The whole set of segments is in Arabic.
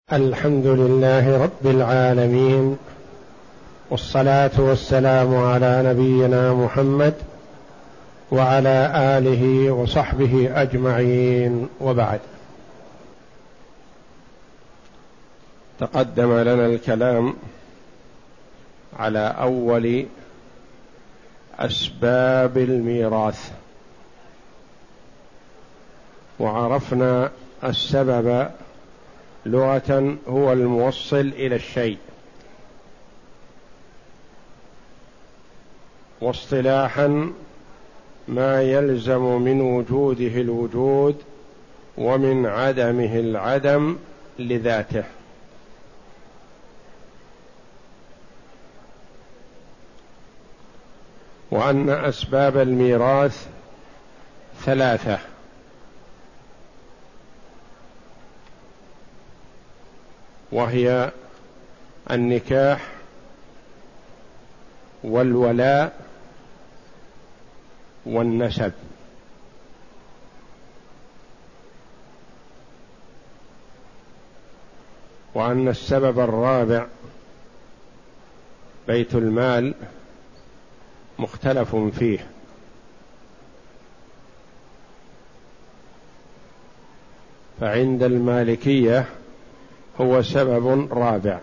الحمد لله رب العالمين، والصلاة والسلام على نبينا محمد وعلى آله وصحبه أجمعين، وبعد. تقدم لنا الكلام على أول أسباب الميراث، وعرفنا السبب لغة هو الموصل إلى الشيء، واصطلاحا ما يلزم من وجوده الوجود ومن عدمه العدم لذاته. وأن أسباب الميراث ثلاثة: وهي النكاح والولاء والنسب. وأن السبب الرابع بيت المال مختلف فيه، فعند المالكية هو سبب رابع،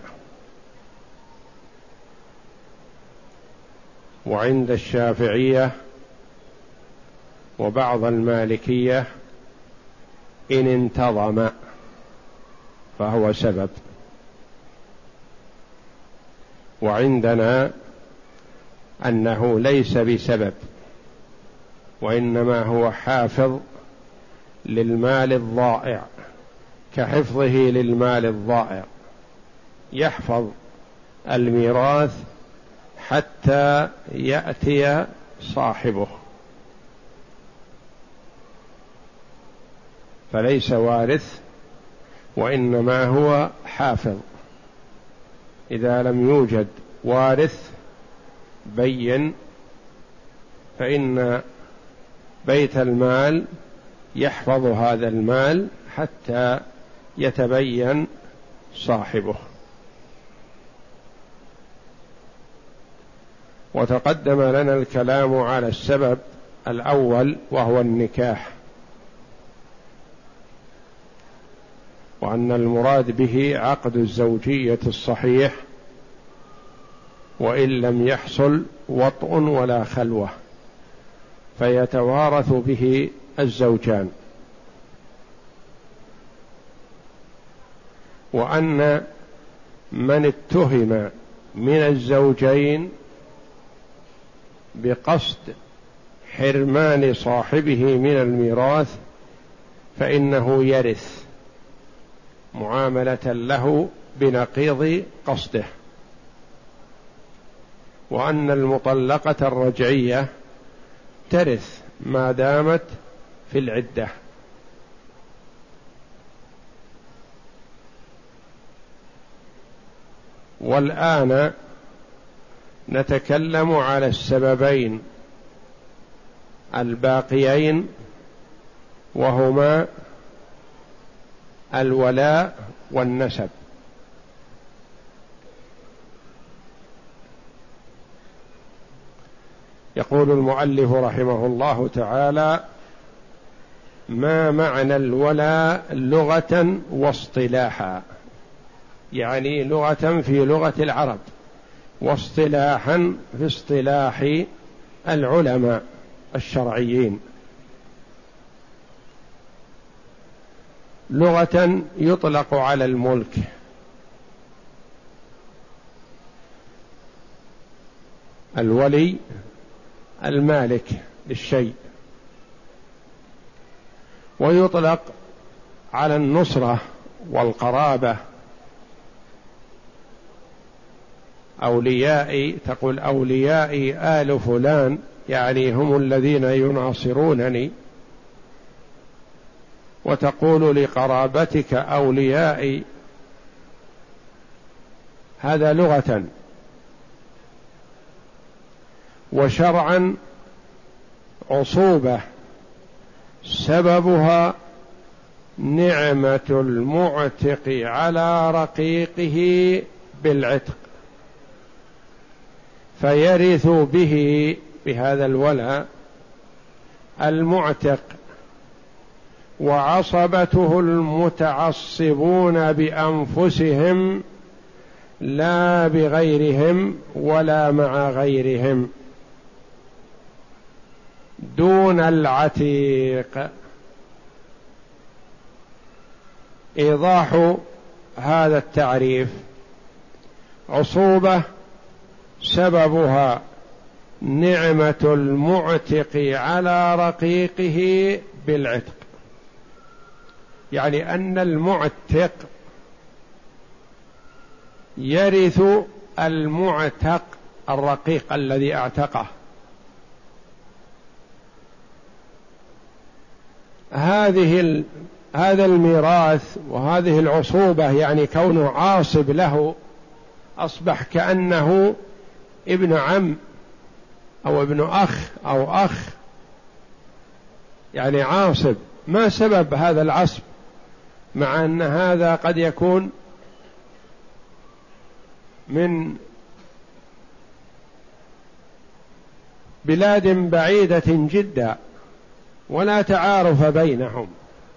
وعند الشافعية وبعض المالكية إن انتظم فهو سبب، وعندنا أنه ليس بسبب، وإنما هو حافظ للمال الضائع، كحفظه للمال الضائع، يحفظ الميراث حتى يأتي صاحبه، فليس وارث وإنما هو حافظ. إذا لم يوجد وارث بين فإن بيت المال يحفظ هذا المال حتى يتبين صاحبه. وتقدم لنا الكلام على السبب الأول وهو النكاح، وأن المراد به عقد الزوجية الصحيح، وإن لم يحصل وطء ولا خلوة فيتوارث به الزوجان. وأن من اتهم من الزوجين بقصد حرمان صاحبه من الميراث فإنه يرث معاملة له بنقيض قصده. وأن المطلقة الرجعية ترث ما دامت في العدة. والآن نتكلم على السببين الباقيين، وهما الولاء والنسب. يقول المؤلف رحمه الله تعالى: ما معنى الولاء لغة واصطلاحا؟ يعني لغة في لغة العرب، واصطلاحا في اصطلاح العلماء الشرعيين. لغة يطلق على الملك، الولي المالك للشيء، ويطلق على النصرة والقرابة. أوليائي، تقول أوليائي آل فلان، يعني هم الذين يناصرونني. وتقول لقرابتك أوليائي، هذا لغة. وشرعا عصوبة سببها نعمة المعتق على رقيقه بالعتق، فيرث به بهذا الولاء المعتق وعصبته المتعصبون بأنفسهم لا بغيرهم ولا مع غيرهم دون العتيق. إيضاح هذا التعريف: عصوبة سببها نعمة المعتق على رقيقه بالعتق، يعني أن المعتق يرث المعتق الرقيق الذي اعتقه. هذا الميراث وهذه العصوبة، يعني كونه عاصب له، أصبح كأنه ابن عم أو ابن أخ أو أخ، يعني عاصب. ما سبب هذا العصب؟ مع أن هذا قد يكون من بلاد بعيدة جدا ولا تعارف بينهم.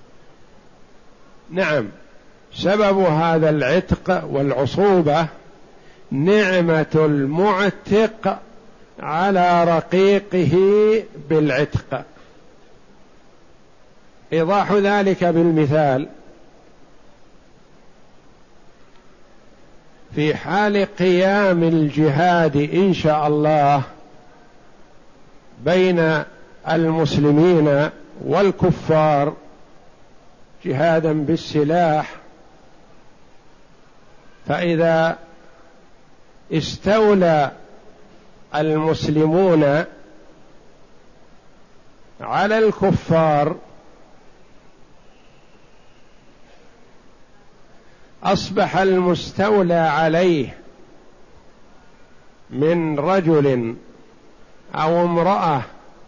نعم، سبب هذا العتق والعصوبة نعمة المعتق على رقيقه بالعتق. إيضاح ذلك بالمثال: في حال قيام الجهاد إن شاء الله بين المسلمين والكفار جهادا بالسلاح، فإذا استولى المسلمون على الكفار أصبح المستولى عليه من رجل أو امرأة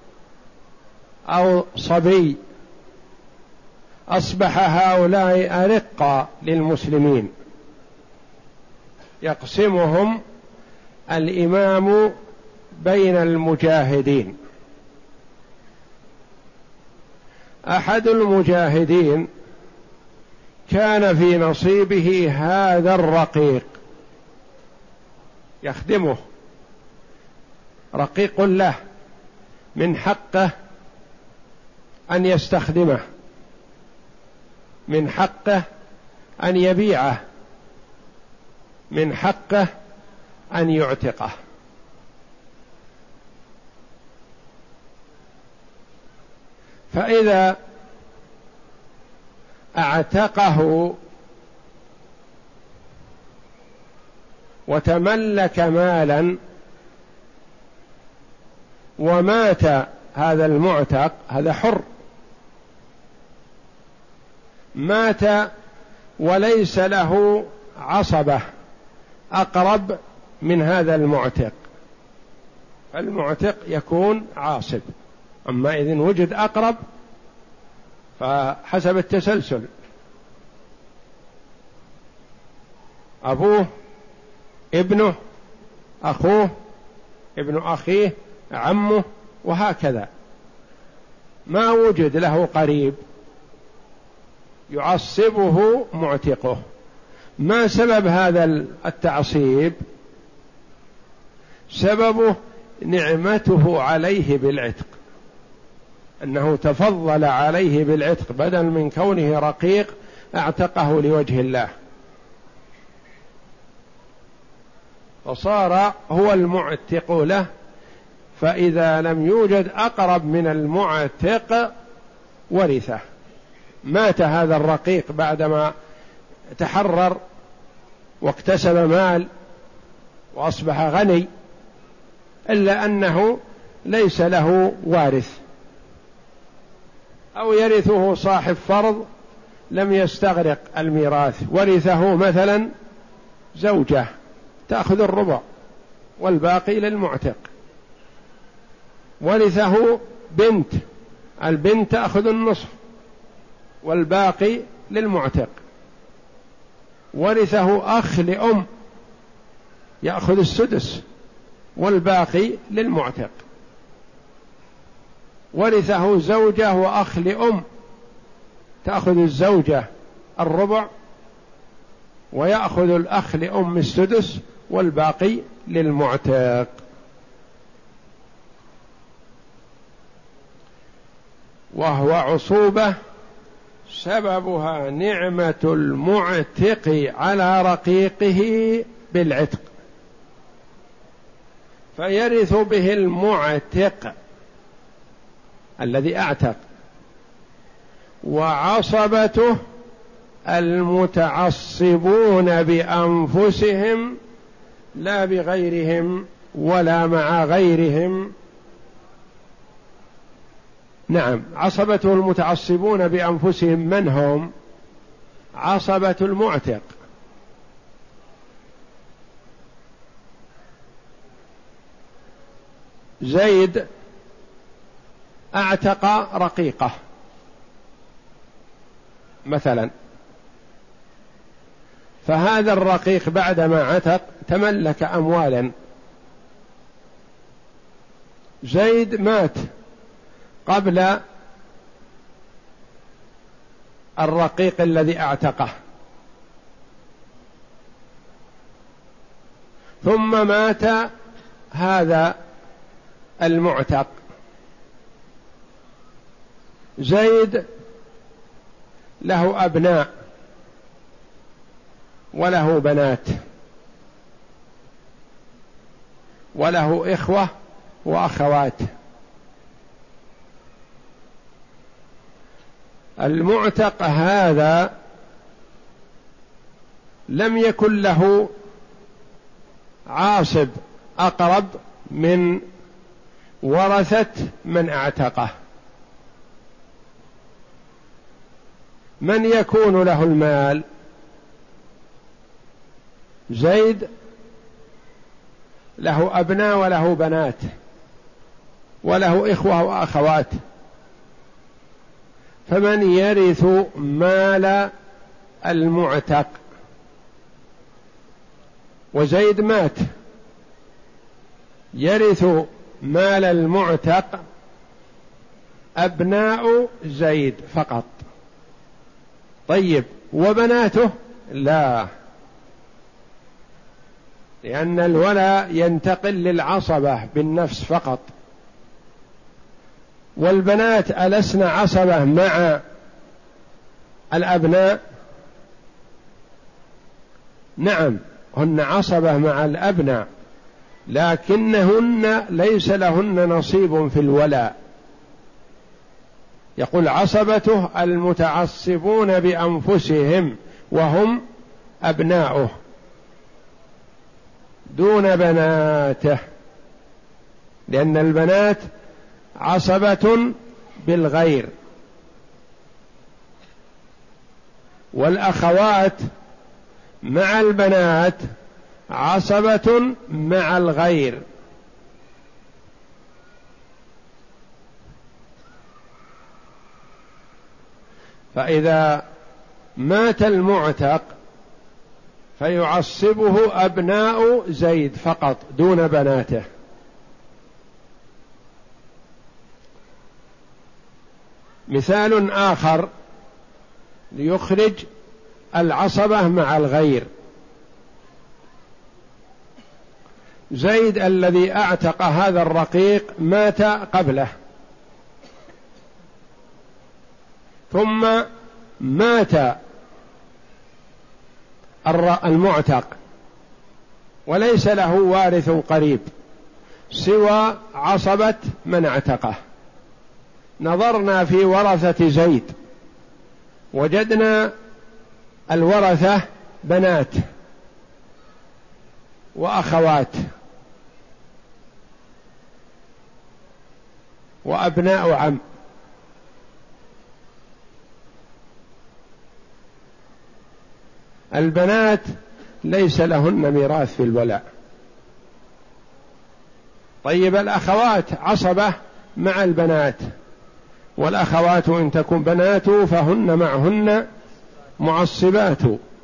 أو صبي، أصبح هؤلاء أرقا للمسلمين، يقسمهم الإمام بين المجاهدين. أحد المجاهدين كان في نصيبه هذا الرقيق يخدمه، رقيق له، من حقه أن يستخدمه، من حقه أن يبيعه، من حقه أن يعتقه. فإذا اعتقه وتملك مالا ومات هذا المعتق، هذا حر، مات وليس له عصبة أقرب من هذا المعتق، المعتق يكون عاصب. أما إذن وجد أقرب فحسب التسلسل، أبوه، ابنه، أخوه، ابن أخيه، عمه، وهكذا. ما وجد له قريب يعصبه معتقه. ما سبب هذا التعصيب؟ سببه نعمته عليه بالعتق، أنه تفضل عليه بالعتق، بدل من كونه رقيق اعتقه لوجه الله، فصار هو المعتق له. فإذا لم يوجد أقرب من المعتق ورثه. مات هذا الرقيق بعدما تحرر واكتسب مال وأصبح غني، إلا أنه ليس له وارث، أو يرثه صاحب فرض لم يستغرق الميراث، ورثه مثلا زوجة تأخذ الربع والباقي للمعتق، ورثه بنت، البنت تأخذ النصف، والباقي للمعتق. ورثه أخ لأم يأخذ السدس والباقي للمعتق. ورثه زوجة وأخ لأم تأخذ الزوجة الربع ويأخذ الأخ لأم السدس والباقي للمعتق. وهو عصوبة سببها نعمة المعتق على رقيقه بالعتق، فيرث به المعتق الذي أعتق، وعصبته المتعصبون بأنفسهم لا بغيرهم ولا مع غيرهم. نعم، عصبته المتعصبون بأنفسهم من هم؟ عصبة المعتق. زيد أعتق رقيقه مثلا، فهذا الرقيق بعدما عتق تملك أموالا. زيد مات قبل الرقيق الذي اعتقه، ثم مات هذا المعتق. زيد له أبناء وله بنات وله إخوة وأخوات. المعتق هذا لم يكن له عاصب أقرب من ورثة من اعتقه. من يكون له المال؟ زيد له أبناء وله بنات وله إخوة وأخوات، فمن يرث مال المعتق؟ وزيد مات، يرث مال المعتق أبناء زيد فقط. طيب، وبناته؟ لا، لأن الولاء ينتقل للعصبة بالنفس فقط. والبنات ألسن عصبة مع الأبناء؟ نعم، هن عصبة مع الأبناء، لكنهن ليس لهن نصيب في الولاء. يقول عصبته المتعصبون بأنفسهم وهم أبناؤه دون بناته، لأن البنات عصبة بالغير، والأخوات مع البنات عصبة مع الغير. فإذا مات المعتق فيعصبه أبناء زيد فقط دون بناته. مثال آخر ليخرج العصبة مع الغير: زيد الذي أعتق هذا الرقيق مات قبله، ثم مات المعتق وليس له وارث قريب سوى عصبة من اعتقه. نظرنا في ورثة زيد وجدنا الورثة بنات وأخوات وأبناء عم. البنات ليس لهن ميراث في الولاء. طيب، الأخوات عصبة مع البنات، والأخوات إن تكن بنات فهن معهن معصبات.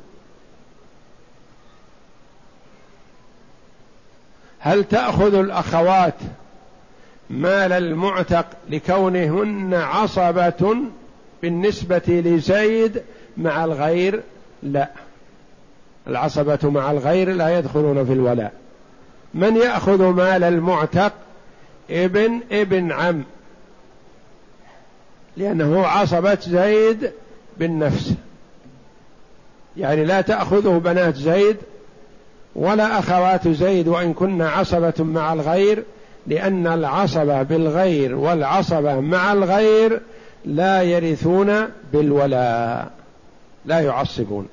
هل تأخذ الأخوات مال المعتق لكونهن عصبة بالنسبة لزيد مع الغير؟ لا، العصبة مع الغير لا يدخلون في الولاء. من يأخذ مال المعتق؟ ابن عم، لأنه عصبة زيد بالنفس، يعني لا تأخذه بنات زيد ولا أخوات زيد وإن كن عصبة مع الغير، لأن العصبة بالغير والعصبة مع الغير لا يرثون بالولاء، لا يعصبون.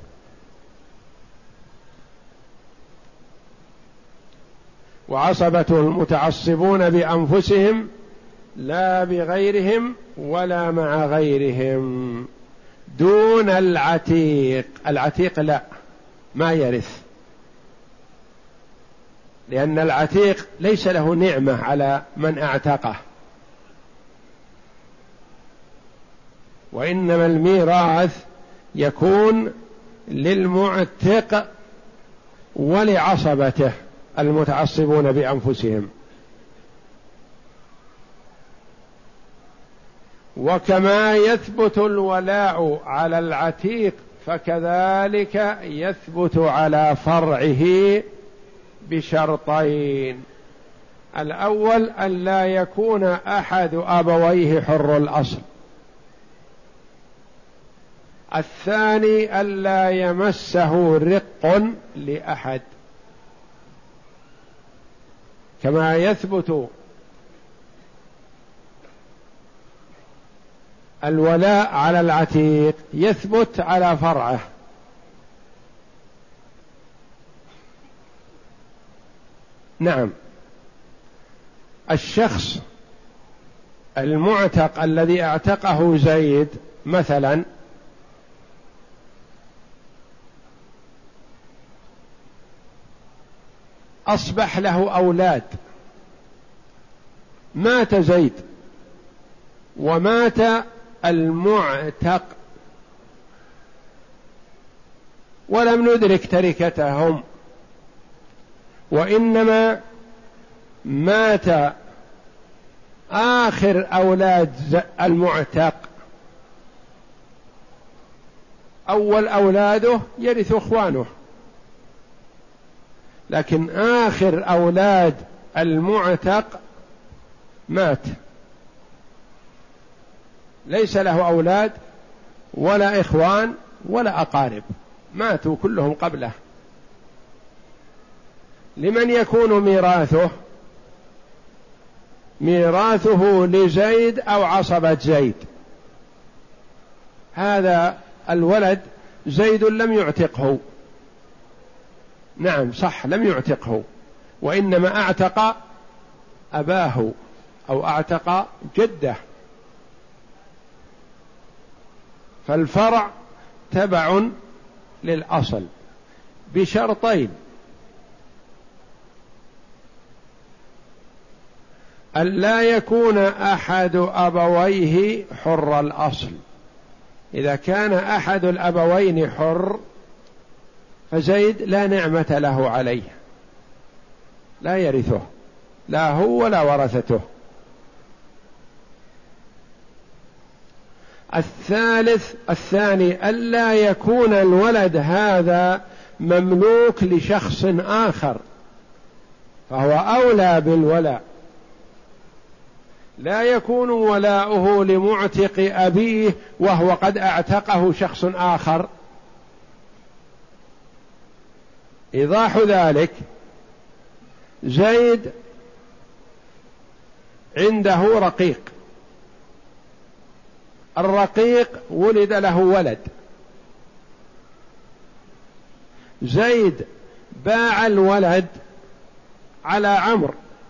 وعصبته المتعصبون بأنفسهم لا بغيرهم ولا مع غيرهم، دون العتيق. العتيق لا، ما يرث، لأن العتيق ليس له نعمة على من اعتقه، وإنما الميراث يكون للمعتق ولعصبته المتعصبون بأنفسهم. وكما يثبت الولاء على العتيق فكذلك يثبت على فرعه بشرطين: الأول أن لا يكون أحد أبويه حر الأصل، الثاني أن لا يمسه رق لأحد. كما يثبت الولاء على العتيق يثبت على فرعه. نعم، الشخص المعتق الذي اعتقه زيد مثلا أصبح له أولاد، مات زيد ومات المعتق ولم ندرك تركتهم، وإنما مات آخر أولاد المعتق، أول أولاده يرث إخوانه، لكن آخر أولاد المعتق مات، ليس له أولاد ولا إخوان ولا أقارب، ماتوا كلهم قبله. لمن يكون ميراثه؟ ميراثه لزيد أو عصبة زيد. هذا الولد زيد لم يعتقه، نعم صح، لم يعتقه، وإنما اعتق أباه أو اعتق جده، فالفرع تبع للأصل بشرطين: أن لا يكون أحد أبويه حر الأصل. إذا كان أحد الأبوين حر فزيد لا نعمة له عليه، لا يرثه، لا هو ولا ورثته. الثاني ألا يكون الولد هذا مملوك لشخص آخر، فهو أولى بالولاء، لا يكون ولاؤه لمعتق أبيه وهو قد اعتقه شخص آخر. إيضاح ذلك: زيد عنده رقيق، الرقيق ولد له ولد، زيد باع الولد على عمرو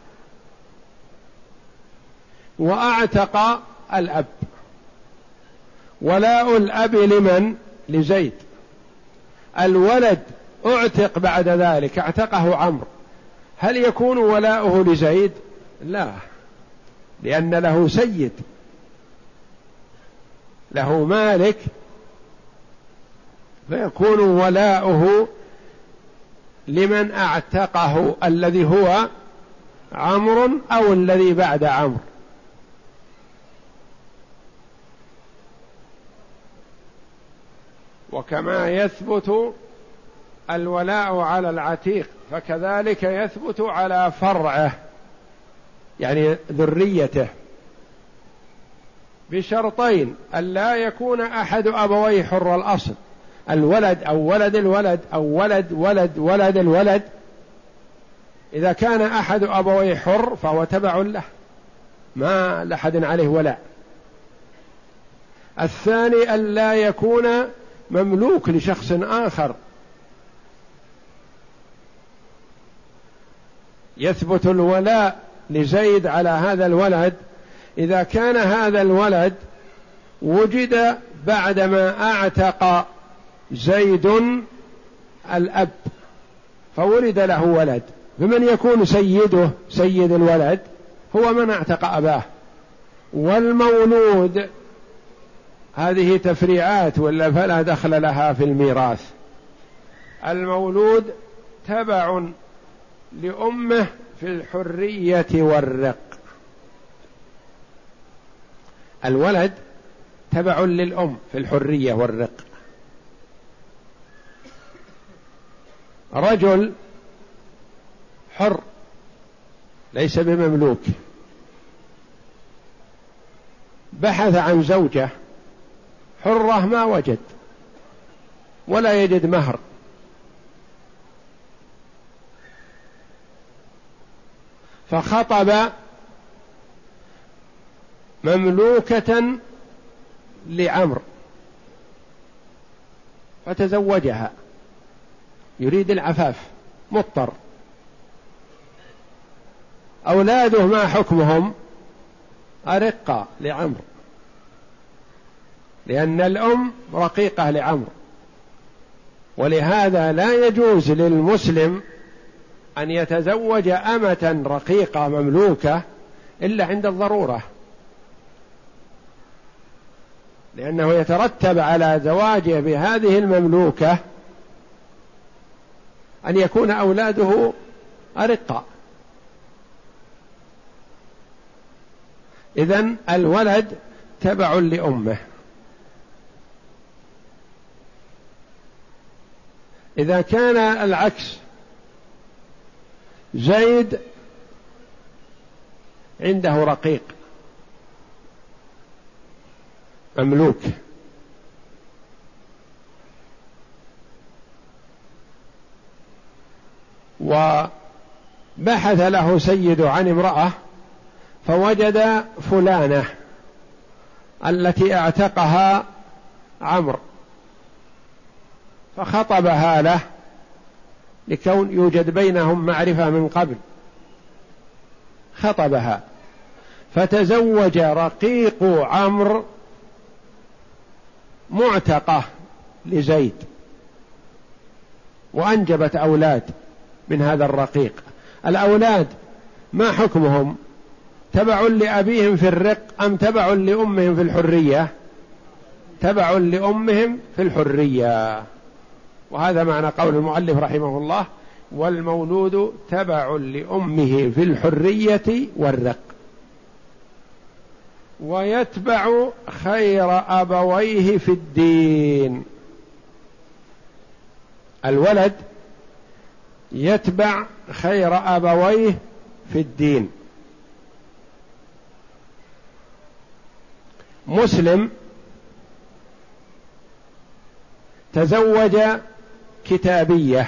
وأعتق الأب. ولاء الأب لمن؟ لزيد. الولد اعتق بعد ذلك، اعتقه عمرو، هل يكون ولاؤه لزيد؟ لا، لأن له سيد، له مالك فيكون ولاؤه لمن اعتقه، الذي هو عمرو أو الذي بعد عمرو. وكما يثبت الولاء على العتيق فكذلك يثبت على فرعه، يعني ذريته، بشرطين: ألا يكون أحد أبويه حر الأصل، الولد أو ولد الولد أو ولد ولد ولد الولد. إذا كان أحد أبويه حر فهو تبع له، ما لأحد عليه ولاء. الثاني ألا يكون مملوك لشخص آخر. يثبت الولاء لزيد على هذا الولد إذا كان هذا الولد وجد بعدما أعتق زيد الأب فولد له ولد، فمن يكون سيده سيد الولد هو من اعتق أباه. والمولود هذه تفريعات ولا فلا دخل لها في الميراث. المولود تبع لأمه في الحرية والرق. الولد تبع للأم في الحرية والرق. رجل حر ليس بمملوك بحث عن زوجة حرة ما وجد ولا يجد مهر، فخطب مملوكة لعمرو فتزوجها، يريد العفاف مضطر. أولاده ما حكمهم؟ أرقة لعمرو، لأن الأم رقيقة لعمرو، ولهذا لا يجوز للمسلم أن يتزوج أمة رقيقة مملوكة إلا عند الضرورة، لأنه يترتب على زواجه بهذه المملوكة أن يكون أولاده أرقة. إذن الولد تبع لأمه. إذا كان العكس، زيد عنده رقيق مملوك وبحث له سيد عن امرأة فوجد فلانة التي اعتقها عمرو فخطبها له لكون يوجد بينهم معرفة من قبل، خطبها فتزوج رقيق عمرو معتقة لزيد وأنجبت أولاد من هذا الرقيق. الأولاد ما حكمهم؟ تبع لأبيهم في الرق أم تبع لأمهم في الحرية؟ تبع لأمهم في الحرية. وهذا معنى قول المؤلف رحمه الله: والمولود تبع لأمه في الحرية والرق. ويتبع خير أبويه في الدين. الولد يتبع خير أبويه في الدين. مسلم تزوج كتابية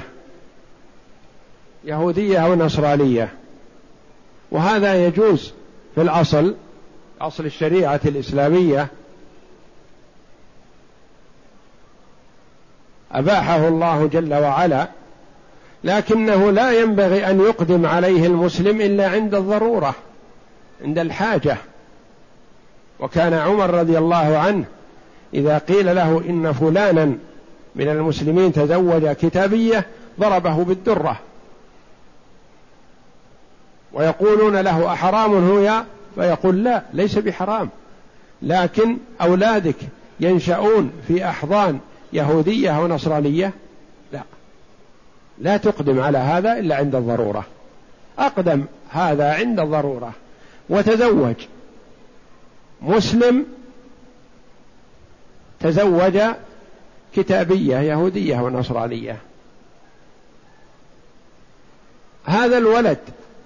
يهودية أو نصرانية، وهذا يجوز في الأصل، أصل الشريعة الإسلامية أباحه الله جل وعلا، لكنه لا ينبغي أن يقدم عليه المسلم إلا عند الضرورة، عند الحاجة. وكان عمر رضي الله عنه إذا قيل له إن فلانا من المسلمين تزوج كتابية ضربه بالدرة، ويقولون له أحرام هو؟ فيقول لا، ليس بحرام، لكن أولادك ينشأون في أحضان يهودية أو نصرانية؟ لا تقدم على هذا إلا عند الضرورة. أقدم هذا عند الضرورة. وتزوج مسلم تزوج كتابية يهودية ونصرانية، هذا الولد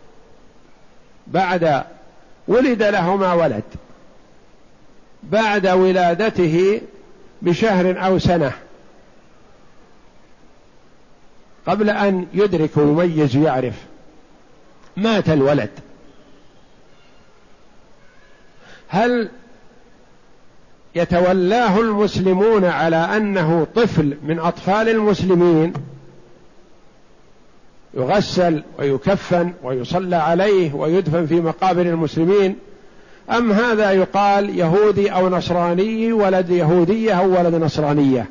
بعد ولد لهما ولد، بعد ولادته بشهر أو سنة قبل أن يدرك ويميز ويعرف مات الولد، هل يتولاه المسلمون على أنه طفل من أطفال المسلمين يغسل ويكفن ويصلى عليه ويدفن في مقابر المسلمين، أم هذا يقال يهودي أو نصراني ولد يهودية أو ولد نصرانية؟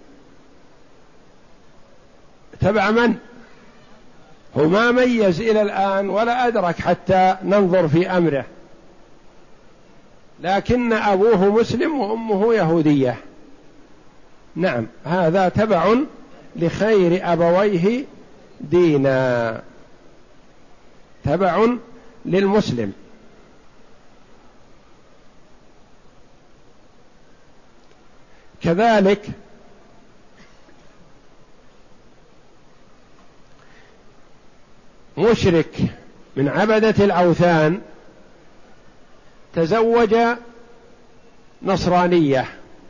تبع من؟ هو ما ميز إلى الآن ولا أدرك حتى ننظر في أمره، لكن أبوه مسلم وأمه يهودية. نعم، هذا تبع لخير أبويه دينا، تبع للمسلم. كذلك مشرك من عبدة الأوثان تزوج نصرانية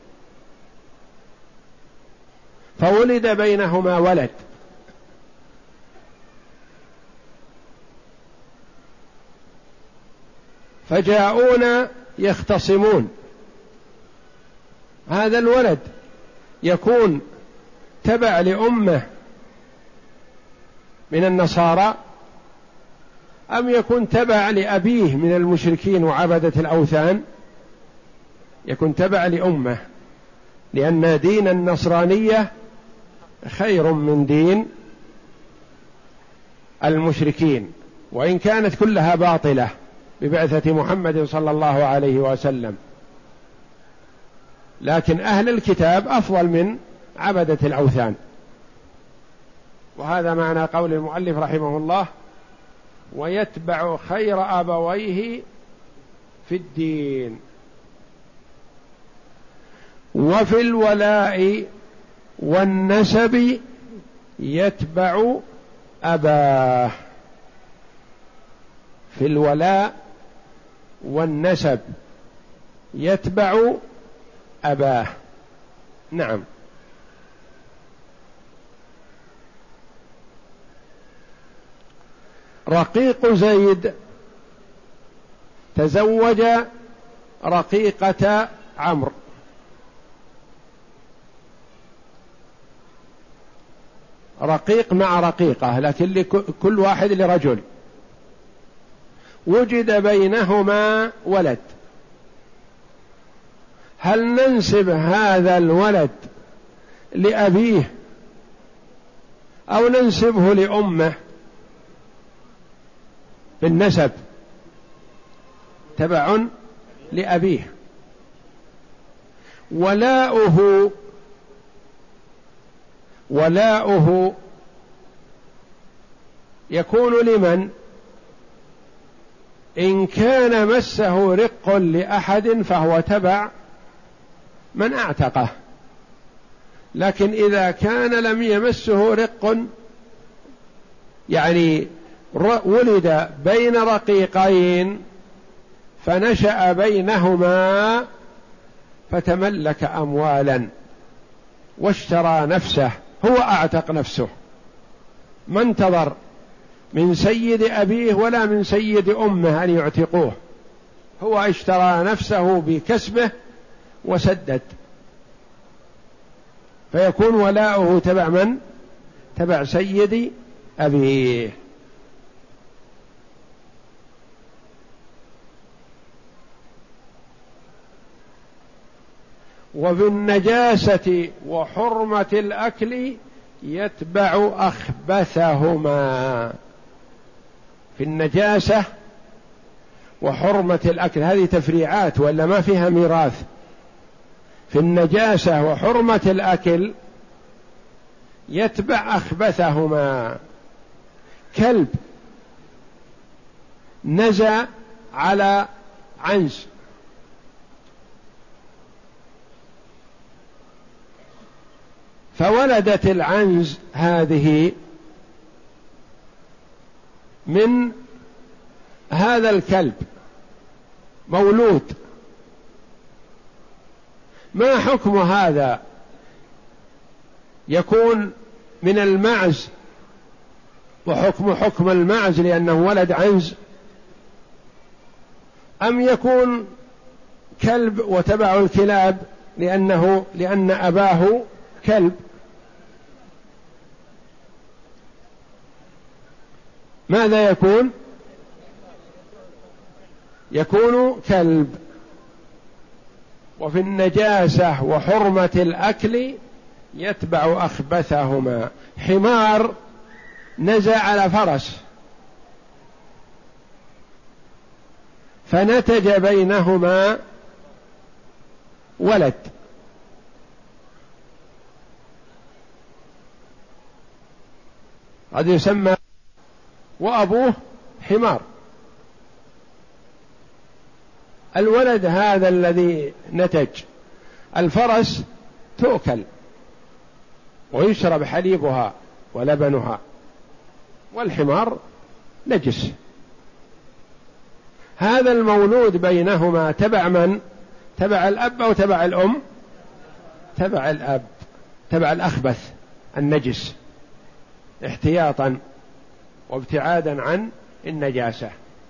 فولد بينهما ولد، فجاءون يختصمون، هذا الولد يكون تبع لأمه من النصارى أم يكون تبع لأبيه من المشركين وعبدة الأوثان؟ يكون تبع لأمه، لأن دين النصرانية خير من دين المشركين، وإن كانت كلها باطلة ببعثة محمد صلى الله عليه وسلم، لكن أهل الكتاب أفضل من عبدة الأوثان. وهذا معنى قول المؤلف رحمه الله: ويتبع خير أبويه في الدين. وفي الولاء والنسب يتبع أباه، في الولاء والنسب يتبع أباه. نعم. رقيق زيد تزوج رقيقة عمرو، رقيق مع رقيقة، لكن كل واحد لرجل، وجد بينهما ولد، هل ننسب هذا الولد لأبيه أو ننسبه لأمه؟ بالنسب تبع لأبيه. ولاؤه يكون لمن؟ إن كان مسه رق لأحد فهو تبع من أعتقه، لكن إذا كان لم يمسه رق، يعني ولد بين رقيقين فنشأ بينهما فتملك أموالا واشترى نفسه، هو أعتق نفسه، ما انتظر من سيد أبيه ولا من سيد أمه أن يعتقوه، هو اشترى نفسه بكسبه وسدد، فيكون ولاؤه تبع من؟ تبع سيد أبيه. وبالنجاسة وحرمة الأكل يتبع أخبثهما. في النجاسة وحرمة الأكل هذه تفريعات ولا ما فيها ميراث؟ في النجاسة وحرمة الأكل يتبع أخبثهما. كلب نزى على عنز فولدت العنز هذه من هذا الكلب مولود، ما حكم هذا؟ يكون من المعز وحكم المعز لأنه ولد عنز، أم يكون كلب وتبع الكلاب لأن أباه كلب؟ ماذا يكون؟ يكون كلب. وفي النجاسة وحرمة الأكل يتبع أخبثهما. حمار نزع على فرس فنتج بينهما ولد، قد يسمى وأبوه حمار. الولد هذا الذي نتج، الفرس تؤكل ويشرب حليبها ولبنها، والحمار نجس. هذا المولود بينهما تبع من؟ تبع الأب أو تبع الأم؟ تبع الأب، تبع الأخبث النجس، احتياطا وابتعادا عن النجاسة.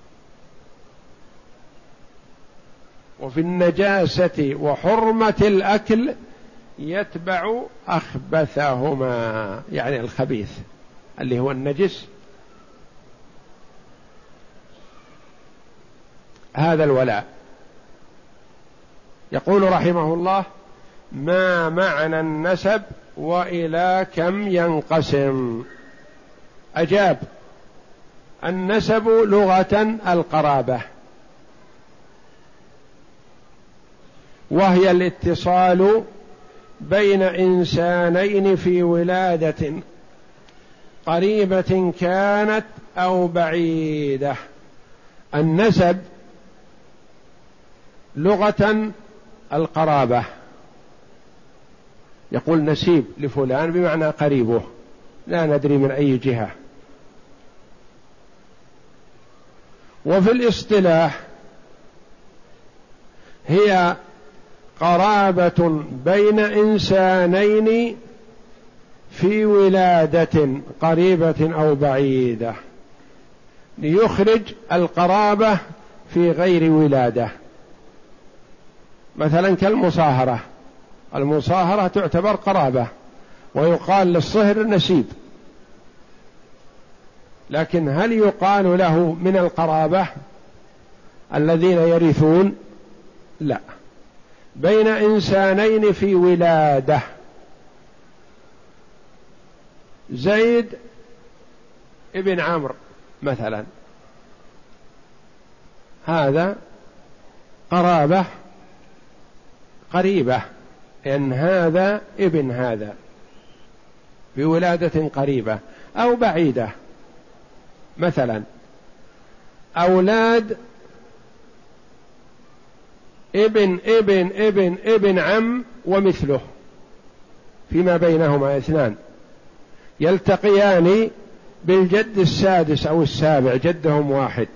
وفي النجاسة وحرمة الأكل يتبع أخبثهما، يعني الخبيث اللي هو النجس. هذا الولاء. يقول رحمه الله: ما معنى النسب وإلى كم ينقسم؟ أجاب: النسب لغة القرابة، وهي الاتصال بين إنسانين في ولادة قريبة كانت أو بعيدة. النسب لغة القرابة، يقول نسيب لفلان بمعنى قريبه، لا ندري من أي جهة. وفي الاصطلاح هي قرابة بين إنسانين في ولادة قريبة أو بعيدة، ليخرج القرابة في غير ولادة. مثلا كالمصاهرة، المصاهرة تعتبر قرابة ويقال للصهر نسيب، لكن هل يقال له من القرابة الذين يرثون؟ لا. بين إنسانين في ولادة، زيد ابن عمرو مثلا، هذا قرابة قريبة، لأن هذا ابن هذا بولادة قريبة أو بعيدة. مثلا أولاد ابن عم ومثله، فيما بينهما اثنان يلتقيان بالجد السادس أو السابع، جدهم واحد،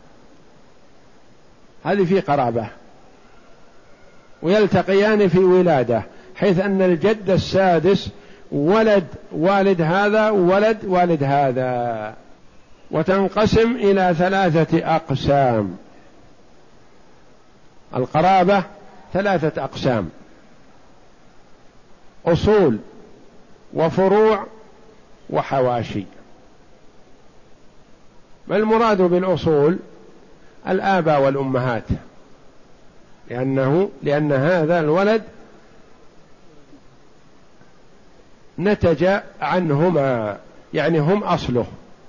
هذه في قرابة. ويلتقيان في ولادة، حيث أن الجد السادس ولد والد هذا وولد والد هذا. وتنقسم إلى 3 أقسام. القرابة 3 أقسام: أصول وفروع وحواشي. ما المراد بالأصول؟ الآباء والأمهات، لأن هذا الولد نتج عنهما، يعني هم أصله.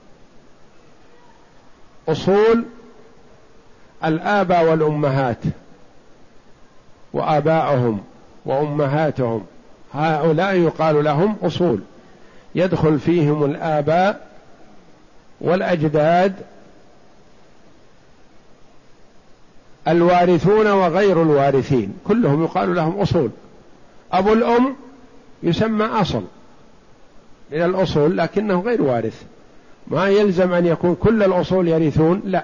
أصول الآباء والأمهات وآباءهم وأمهاتهم، هؤلاء يقال لهم أصول، يدخل فيهم الآباء والأجداد الوارثون وغير الوارثين، كلهم يقال لهم أصول. أبو الأم يسمى أصل من الأصول لكنه غير وارث، ما يلزم أن يكون كل الأصول يرثون، لا.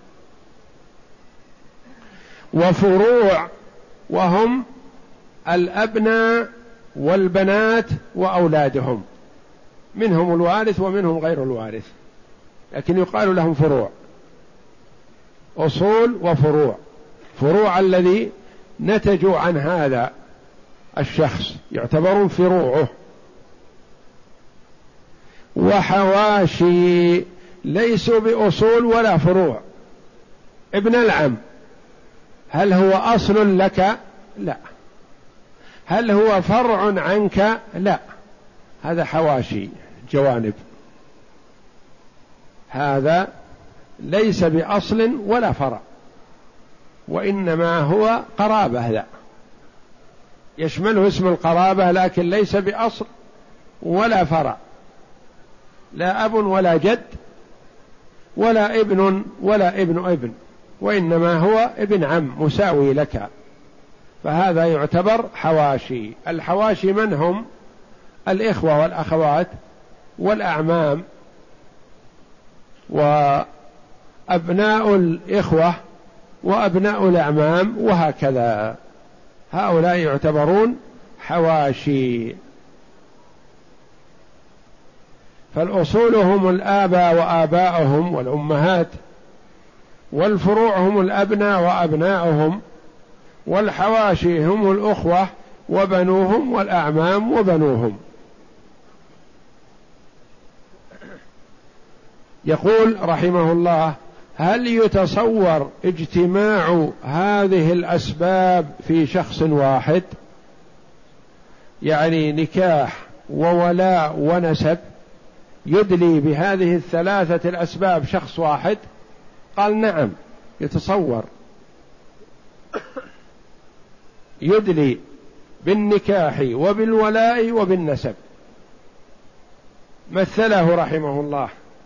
وفروع وهم الأبناء والبنات وأولادهم، منهم الوارث ومنهم غير الوارث، لكن يقال لهم فروع. أصول وفروع، فروع الذي نتجوا عن هذا الشخص يعتبرون فروعه. وحواشي ليسوا بأصول ولا فروع. ابن العم هل هو أصل لك؟ لا. هل هو فرع عنك؟ لا، هذا حواشي جوانب، هذا ليس بأصل ولا فرع، وإنما هو قرابة، لا يشمله اسم القرابة لكن ليس بأصل ولا فرع، لا أب ولا جد ولا ابن ولا ابن ابن، وإنما هو ابن عم مساوي لك، فهذا يعتبر حواشي. الحواشي من هم؟ الإخوة والأخوات والأعمام وأبناء الإخوة وأبناء الأعمام وهكذا، هؤلاء يعتبرون حواشي. فالأصول هم الآباء وآباؤهم والأمهات، والفروع هم الأبناء وأبناؤهم، والحواشي هم الأخوة وبنوهم والأعمام وبنوهم. يقول رحمه الله: هل يتصور اجتماع هذه الأسباب في شخص واحد؟ يعني نكاح وولاء ونسب يدلي بهذه الثلاثة الأسباب شخص واحد؟ قال نعم يتصور، يدلي بالنكاح وبالولاء وبالنسب. مثله رحمه الله: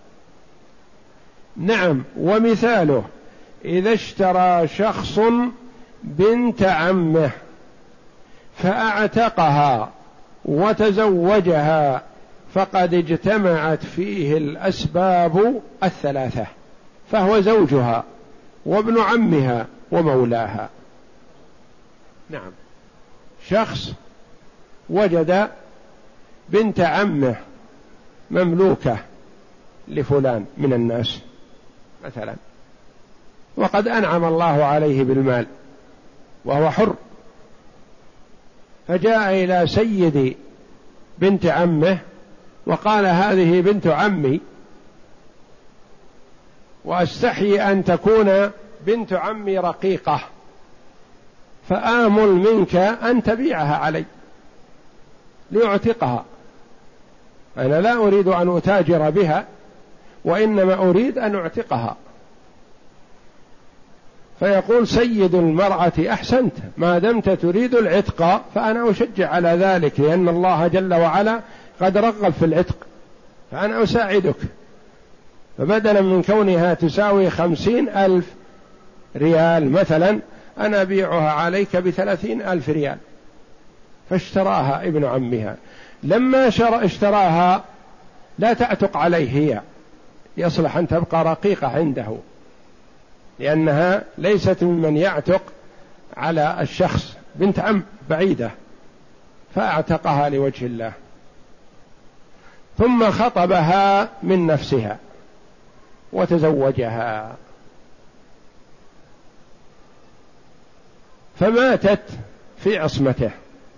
نعم، ومثاله إذا اشترى شخص بنت عمه فأعتقها وتزوجها فقد اجتمعت فيه الأسباب الثلاثة، فهو زوجها وابن عمها ومولاها. نعم، شخص وجد بنت عمه مملوكة لفلان من الناس مثلا، وقد أنعم الله عليه بالمال وهو حر، فجاء إلى سيد بنت عمه وقال: هذه بنت عمي، وأستحي أن تكون بنت عمي رقيقة، فآمل منك أن تبيعها علي ليعتقها، أنا لا أريد أن أتاجر بها وإنما أريد أن أعتقها. فيقول سيد المرأة: أحسنت، ما دمت تريد العتق فأنا أشجع على ذلك، لأن الله جل وعلا قد رغب في العتق، فأنا أساعدك. فبدلا من كونها تساوي 50,000 ريال مثلا، أنا أبيعها عليك ب30,000 ريال. فاشتراها ابن عمها. لما اشتراها لا تعتق عليه هي، يصلح أن تبقى رقيقة عنده، لأنها ليست ممن يعتق على الشخص، بنت عم بعيدة، فأعتقها لوجه الله. ثم خطبها من نفسها وتزوجها، فماتت في عصمته،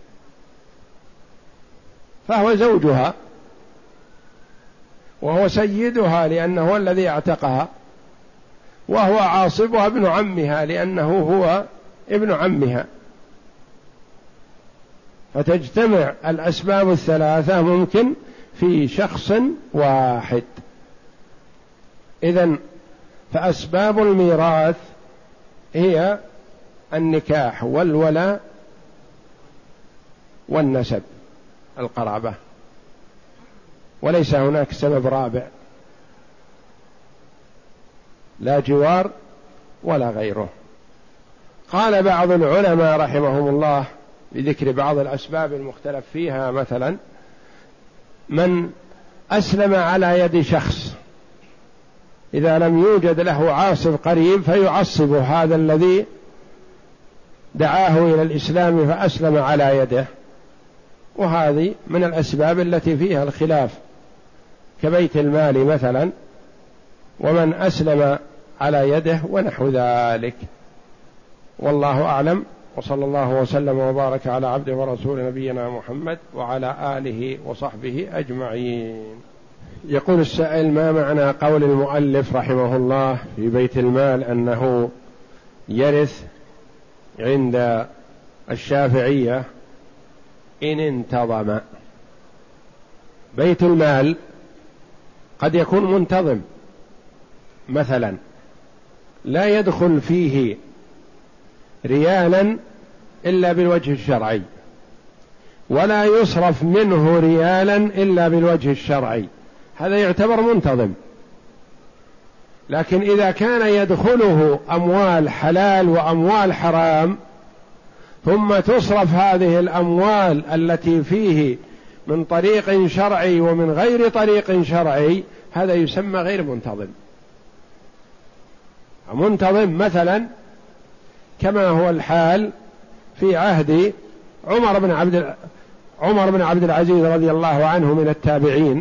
فهو زوجها وهو سيدها لأنه هو الذي اعتقها، وهو عاصبها ابن عمها لأنه هو ابن عمها، فتجتمع الأسباب الثلاثة ممكن في شخص واحد. إذن فأسباب الميراث هي النكاح والولاء والنسب القرابة، وليس هناك سبب رابع، لا جوار ولا غيره. قال بعض العلماء رحمهم الله بذكر بعض الأسباب المختلف فيها، مثلا من أسلم على يد شخص إذا لم يوجد له عاصب قريب فيعصب هذا الذي دعاه إلى الإسلام فأسلم على يده، وهذه من الأسباب التي فيها الخلاف، كبيت المال مثلا، ومن أسلم على يده ونحو ذلك. والله أعلم، وصلى الله وسلم وبارك على عبده ورسول نبينا محمد وعلى آله وصحبه أجمعين. يقول السائل: ما معنى قول المؤلف رحمه الله في بيت المال أنه يرث عند الشافعية إن انتظم؟ بيت المال قد يكون منتظم، مثلا لا يدخل فيه ريالا إلا بالوجه الشرعي، ولا يصرف منه ريالا إلا بالوجه الشرعي، هذا يعتبر منتظم. لكن إذا كان يدخله أموال حلال وأموال حرام، ثم تصرف هذه الأموال التي فيه من طريق شرعي ومن غير طريق شرعي، هذا يسمى غير منتظم. منتظم مثلا كما هو الحال في عهد عمر بن عبد العزيز رضي الله عنه من التابعين،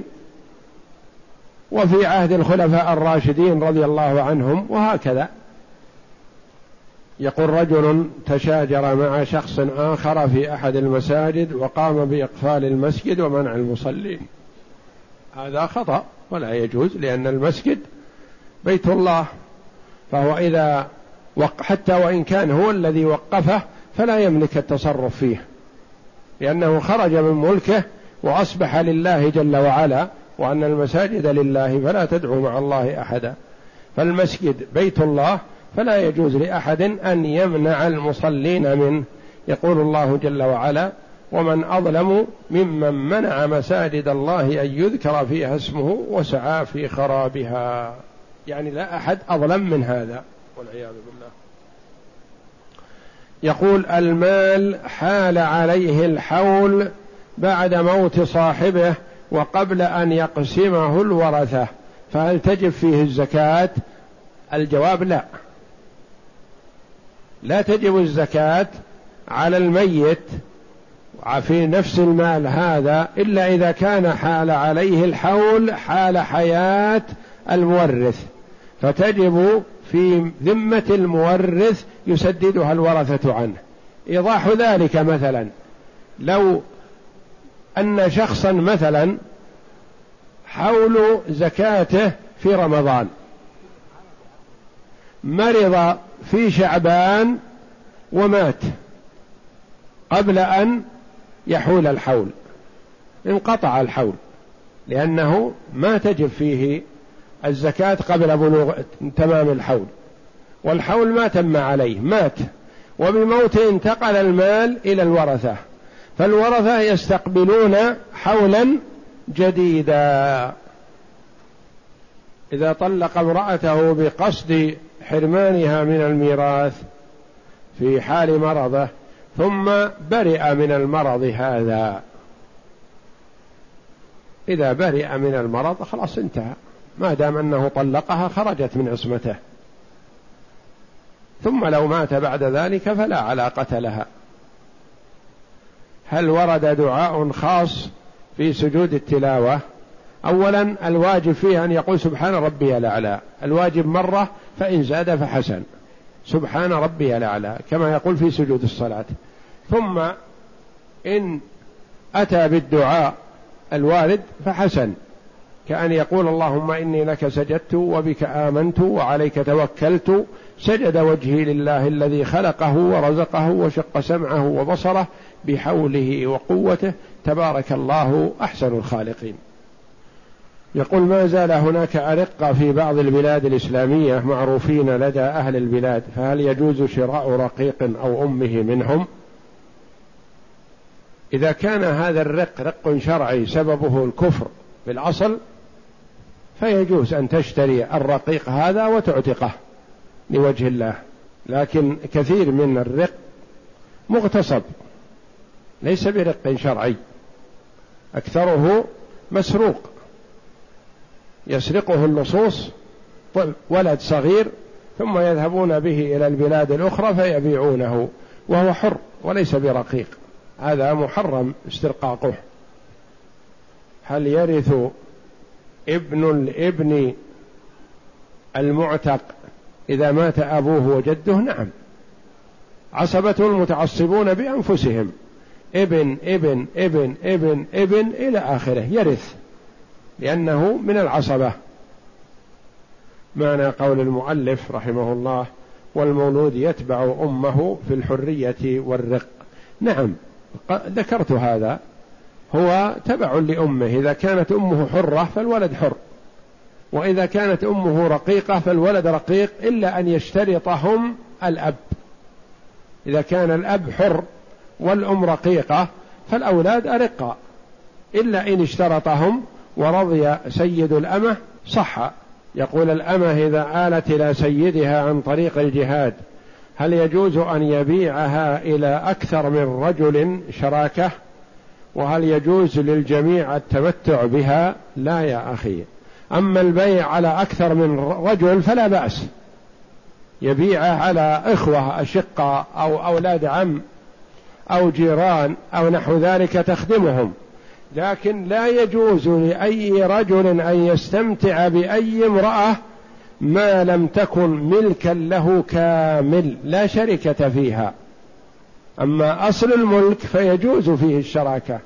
وفي عهد الخلفاء الراشدين رضي الله عنهم، وهكذا. يقول: رجل تشاجر مع شخص آخر في أحد المساجد وقام بإقفال المسجد ومنع المصلين، هذا خطأ ولا يجوز، لأن المسجد بيت الله، فهو إذا حتى وإن كان هو الذي وقفه فلا يملك التصرف فيه، لأنه خرج من ملكه وأصبح لله جل وعلا، وأن المساجد لله فلا تدعوا مع الله أحدا. فالمسجد بيت الله، فلا يجوز لأحد أن يمنع المصلين منه. يقول الله جل وعلا: ومن أظلم ممن منع مساجد الله أن يذكر فيها اسمه وسعى في خرابها. يعني لا أحد أظلم من هذا، والعياذ بالله. يقول: المال حال عليه الحول بعد موت صاحبه وقبل أن يقسمه الورثة، فهل تجب فيه الزكاة؟ الجواب: لا تجب الزكاة على الميت في نفس المال هذا إلا إذا كان حال عليه الحول حال حياة المورث، فتجب في ذمة المورث يسددها الورثة عنه. إيضاح ذلك: مثلا لو أن شخصا مثلا حول زكاته في رمضان، مرض في شعبان ومات قبل أن يحول الحول، انقطع الحول، لأنه ما تجب فيه الزكاة قبل بلوغ تمام الحول، والحول ما تم عليه، مات، وبموته انتقل المال إلى الورثة، فالورثة يستقبلون حولا جديدا. إذا طلق امرأته بقصد حرمانها من الميراث في حال مرضه ثم برئ من المرض هذا، إذا برئ من المرض خلاص انتهى، ما دام أنه طلقها خرجت من عصمته، ثم لو مات بعد ذلك فلا علاقة لها. هل ورد دعاء خاص في سجود التلاوة؟ أولا الواجب فيه أن يقول سبحان ربي الأعلى، الواجب مرة، فإن زاد فحسن، سبحان ربي الأعلى كما يقول في سجود الصلاة. ثم إن أتى بالدعاء الوارد فحسن، كأن يقول اللهم إني لك سجدت وبك آمنت وعليك توكلت، سجد وجهي لله الذي خلقه ورزقه وشق سمعه وبصره بحوله وقوته، تبارك الله أحسن الخالقين. يقول: ما زال هناك أرقة في بعض البلاد الإسلامية معروفين لدى أهل البلاد، فهل يجوز شراء رقيق أو أمه منهم؟ إذا كان هذا الرق رق شرعي سببه الكفر بالأصل فيجوز أن تشتري الرقيق هذا وتعتقه لوجه الله، لكن كثير من الرق مغتصب ليس برق شرعي، أكثره مسروق يسرقه اللصوص، ولد صغير ثم يذهبون به إلى البلاد الأخرى فيبيعونه وهو حر وليس برقيق، هذا محرم استرقاقه. هل يرث ابن الابن المعتق إذا مات أبوه وجده؟ نعم، عصبة المتعصبون بأنفسهم، ابن ابن ابن ابن ابن إلى آخره يرث لأنه من العصبة. معنى قول المؤلف رحمه الله والمولود يتبع أمه في الحرية والرق، نعم ذكرت هذا، هو تبع لأمه، إذا كانت أمه حرة فالولد حر، وإذا كانت أمه رقيقة فالولد رقيق، إلا أن يشترطهم الأب. إذا كان الأب حر والأم رقيقة فالأولاد أرقاء، إلا إن اشترطهم ورضي سيد الأمة صح. يقول الأمة إذا آلت إلى سيدها عن طريق الجهاد هل يجوز أن يبيعها إلى أكثر من رجل شراكة؟ وهل يجوز للجميع التمتع بها؟ لا يا أخي، أما البيع على أكثر من رجل فلا بأس، يبيعه على إخوة أشقة أو أولاد عم أو جيران أو نحو ذلك تخدمهم، لكن لا يجوز لأي رجل أن يستمتع بأي امرأة ما لم تكن ملكا له كامل لا شركة فيها. أما أصل الملك فيجوز فيه الشراكة،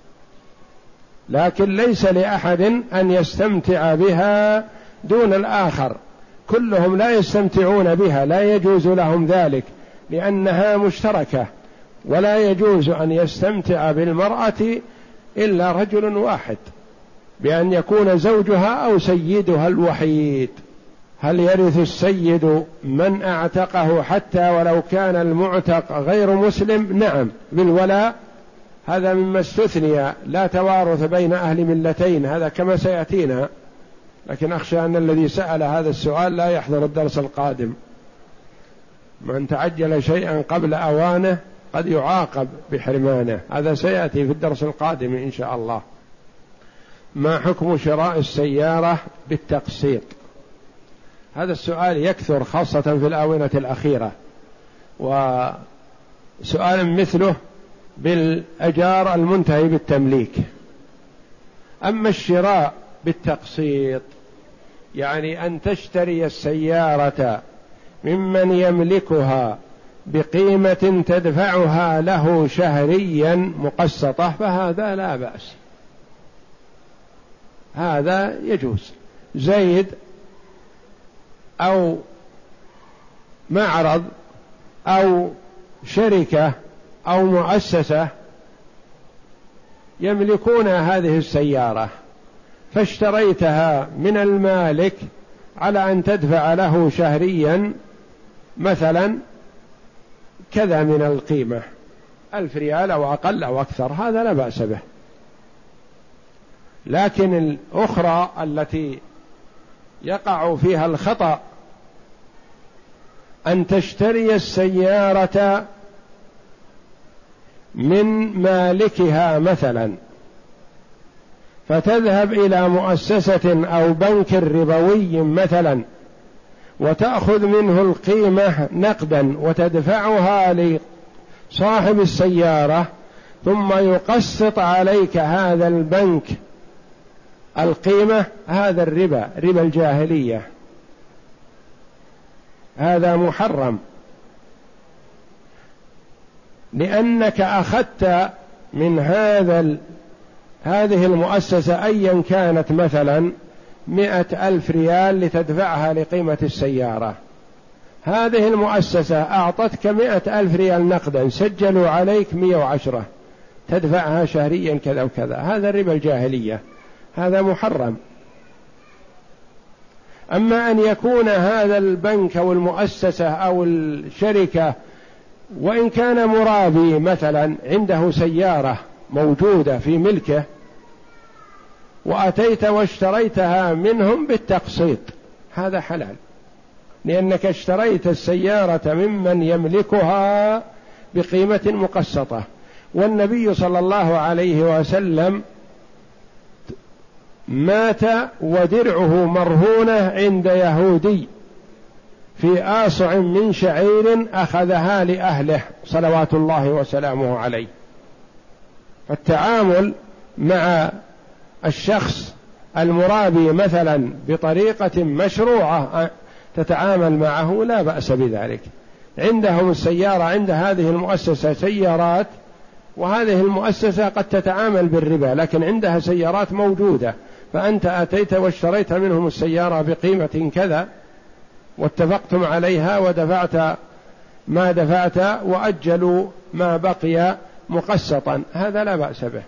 لكن ليس لأحد أن يستمتع بها دون الآخر، كلهم لا يستمتعون بها، لا يجوز لهم ذلك لأنها مشتركة، ولا يجوز أن يستمتع بالمرأة إلا رجل واحد بأن يكون زوجها أو سيدها الوحيد. هل يرث السيد من أعتقه حتى ولو كان المعتق غير مسلم؟ نعم بالولاء، هذا مما استثني، لا توارث بين أهل ملتين، هذا كما سيأتينا، لكن أخشى أن الذي سأل هذا السؤال لا يحضر الدرس القادم. من تعجل شيئا قبل أوانه قد يعاقب بحرمانه، هذا سيأتي في الدرس القادم إن شاء الله. ما حكم شراء السيارة بالتقسيط؟ هذا السؤال يكثر خاصة في الآونة الأخيرة، وسؤال مثله بالأجار المنتهي بالتمليك. أما الشراء بالتقسيط يعني أن تشتري السيارة ممن يملكها بقيمة تدفعها له شهريا مقسطة فهذا لا بأس، هذا يجوز. زيد أو معرض أو شركة أو مؤسسة يملكون هذه السيارة فاشتريتها من المالك على أن تدفع له شهريا مثلا كذا من القيمة، 1000 ريال أو أقل أو أكثر، هذا لا بأس به. لكن الأخرى التي يقع فيها الخطأ أن تشتري السيارة من مالكها مثلا فتذهب إلى مؤسسة أو بنك ربوي مثلا وتأخذ منه القيمة نقدا وتدفعها لصاحب السيارة، ثم يقسط عليك هذا البنك القيمة، هذا الربا، ربا الجاهلية، هذا محرم، لأنك أخذت من هذه المؤسسة أيا كانت مثلا 100,000 ريال لتدفعها لقيمة السيارة، هذه المؤسسة أعطتك 100,000 ريال نقدا، سجلوا عليك 110 تدفعها شهريا كذا وكذا، هذا ربا الجاهلية، هذا محرم. أما أن يكون هذا البنك أو المؤسسة أو الشركة وإن كان مرابي مثلا عنده سيارة موجودة في ملكه وأتيت واشتريتها منهم بالتقسيط، هذا حلال، لأنك اشتريت السيارة ممن يملكها بقيمة مقسطة. والنبي صلى الله عليه وسلم مات ودرعه مرهونة عند يهودي في آصع من شعير أخذها لأهله صلوات الله وسلامه عليه. فالتعامل مع الشخص المرابي مثلا بطريقة مشروعة تتعامل معه لا بأس بذلك. عندهم السيارة، عند هذه المؤسسة سيارات، وهذه المؤسسة قد تتعامل بالربا لكن عندها سيارات موجودة، فأنت أتيت واشتريت منهم السيارة بقيمة كذا واتفقتم عليها ودفعت ما دفعت وأجلوا ما بقي مقسطا، هذا لا بأس به.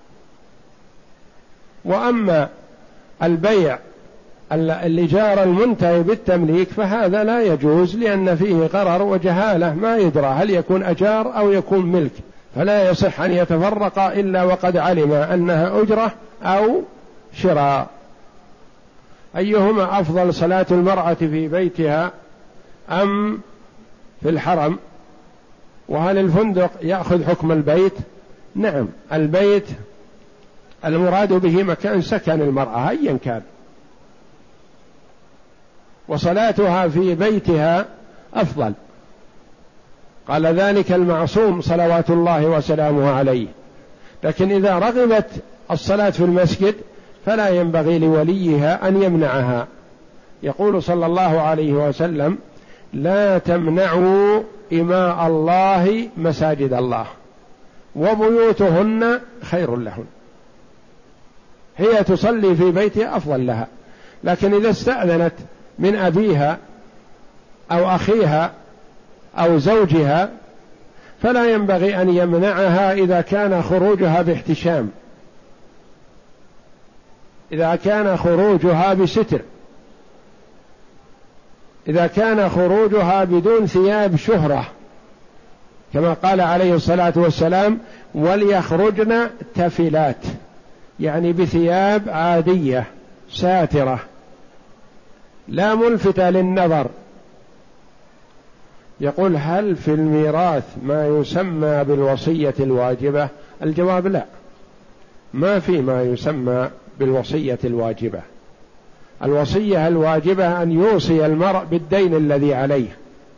وأما البيع الإيجار المنتهي بالتمليك فهذا لا يجوز، لأن فيه غرر وجهالة، ما يدرى هل يكون أجار أو يكون ملك، فلا يصح أن يتفرق إلا وقد علم أنها أجرة أو شراء. أيهما أفضل، صلاة المرأة في بيتها أم في الحرم؟ وهل الفندق يأخذ حكم البيت؟ نعم، البيت المراد به مكان سكن المرأة أيا كان، وصلاتها في بيتها أفضل، قال ذلك المعصوم صلوات الله وسلامه عليه. لكن إذا رغبت الصلاة في المسجد فلا ينبغي لوليها أن يمنعها. يقول صلى الله عليه وسلم: لا تمنعوا إماء الله مساجد الله وبيوتهن خير لهن. هي تصلي في بيتها أفضل لها، لكن إذا استأذنت من أبيها أو أخيها أو زوجها فلا ينبغي أن يمنعها إذا كان خروجها باحتشام، إذا كان خروجها بستر، إذا كان خروجها بدون ثياب شهرة، كما قال عليه الصلاة والسلام: وليخرجن تفلات، يعني بثياب عادية ساترة لا ملفتة للنظر. يقول: هل في الميراث ما يسمى بالوصية الواجبة؟ الجواب: لا، ما في ما يسمى بالوصية الواجبة. الوصية الواجبة أن يوصي المرء بالدين الذي عليه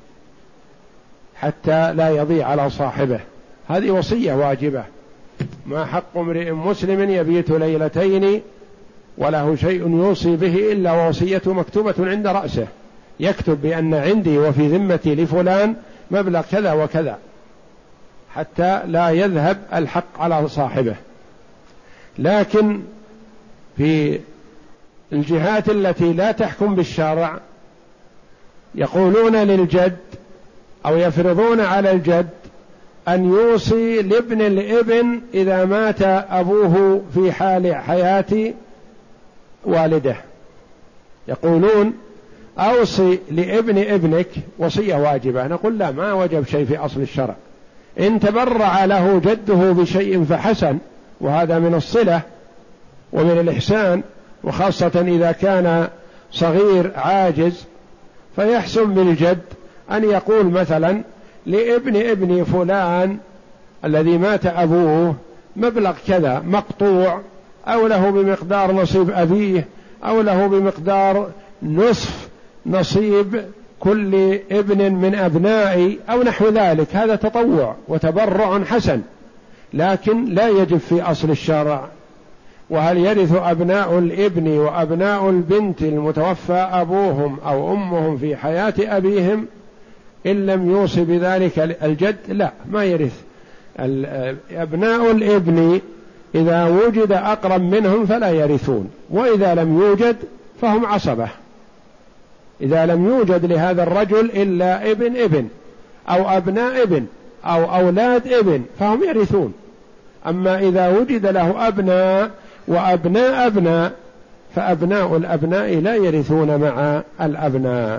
حتى لا يضيع على صاحبه، هذه وصية واجبة. ما حق امرئ مسلم يبيت ليلتين وله شيء يوصي به إلا وصيته مكتوبة عند رأسه، يكتب بأن عندي وفي ذمتي لفلان مبلغ كذا وكذا حتى لا يذهب الحق على صاحبه. لكن في الجهات التي لا تحكم بالشرع يقولون للجد أو يفرضون على الجد أن يوصي لابن الابن إذا مات أبوه في حال حياة والده، يقولون: أوصي لابن ابنك وصية واجبة. نقول: لا، ما وجب شيء في أصل الشرع، إن تبرع له جده بشيء فحسن، وهذا من الصلة ومن الإحسان، وخاصة إذا كان صغير عاجز، فيحسن بالجد أن يقول مثلا لابن ابن فلان الذي مات أبوه مبلغ كذا مقطوع، أو له بمقدار نصيب أبيه، أو له بمقدار نصف نصيب كل ابن من أبنائي، أو نحو ذلك. هذا تطوع وتبرع حسن، لكن لا يجب في أصل الشرع. وهل يرث أبناء الابن وأبناء البنت المتوفى أبوهم أو أمهم في حياة أبيهم إن لم يوصي بذلك الجد؟ لا، ما يرث. أبناء الابن إذا وجد أقرب منهم فلا يرثون، وإذا لم يوجد فهم عصبة. إذا لم يوجد لهذا الرجل إلا ابن ابن أو أبناء ابن أو أولاد ابن فهم يرثون. أما إذا وجد له أبناء وأبناء أبناء فأبناء الأبناء لا يرثون مع الأبناء.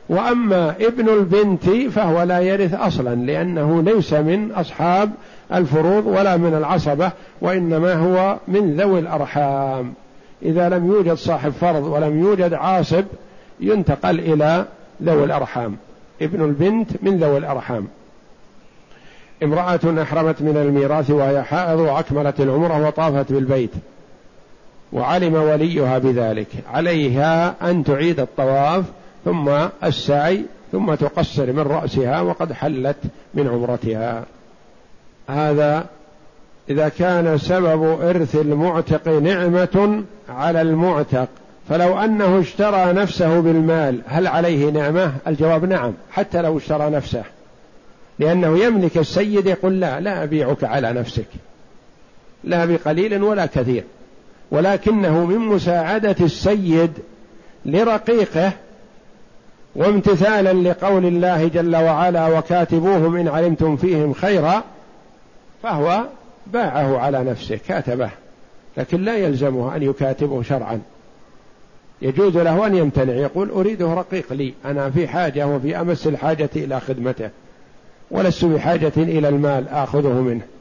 وأما ابن البنت فهو لا يرث أصلا، لأنه ليس من أصحاب الفروض ولا من العصبة، وإنما هو من ذوي الأرحام. إذا لم يوجد صاحب فرض ولم يوجد عاصب ينتقل إلى ذوي الأرحام. ابن البنت من ذوي الأرحام. امرأة أحرمت من الميراث وهي حائض وأكملت العمرة وطافت بالبيت وعلم وليها بذلك، عليها أن تعيد الطواف ثم السعي ثم تقصر من رأسها وقد حلت من عمرتها. هذا إذا كان سبب إرث المعتق نعمة على المعتق، فلو أنه اشترى نفسه بالمال هل عليه نعمة؟ الجواب نعم، حتى لو اشترى نفسه، لأنه يملك السيد يقول لا أبيعك على نفسك، لا بقليل ولا كثير، ولكنه من مساعدة السيد لرقيقه وامتثالا لقول الله جل وعلا وكاتبوهم إن علمتم فيهم خيرا، فهو باعه على نفسه كاتبه، لكن لا يلزمه أن يكاتبه شرعا، يجوز له أن يمتنع، يقول أريده رقيق لي، أنا في حاجة وفي أمس الحاجة إلى خدمته ولست بحاجة إلى المال آخذه منه.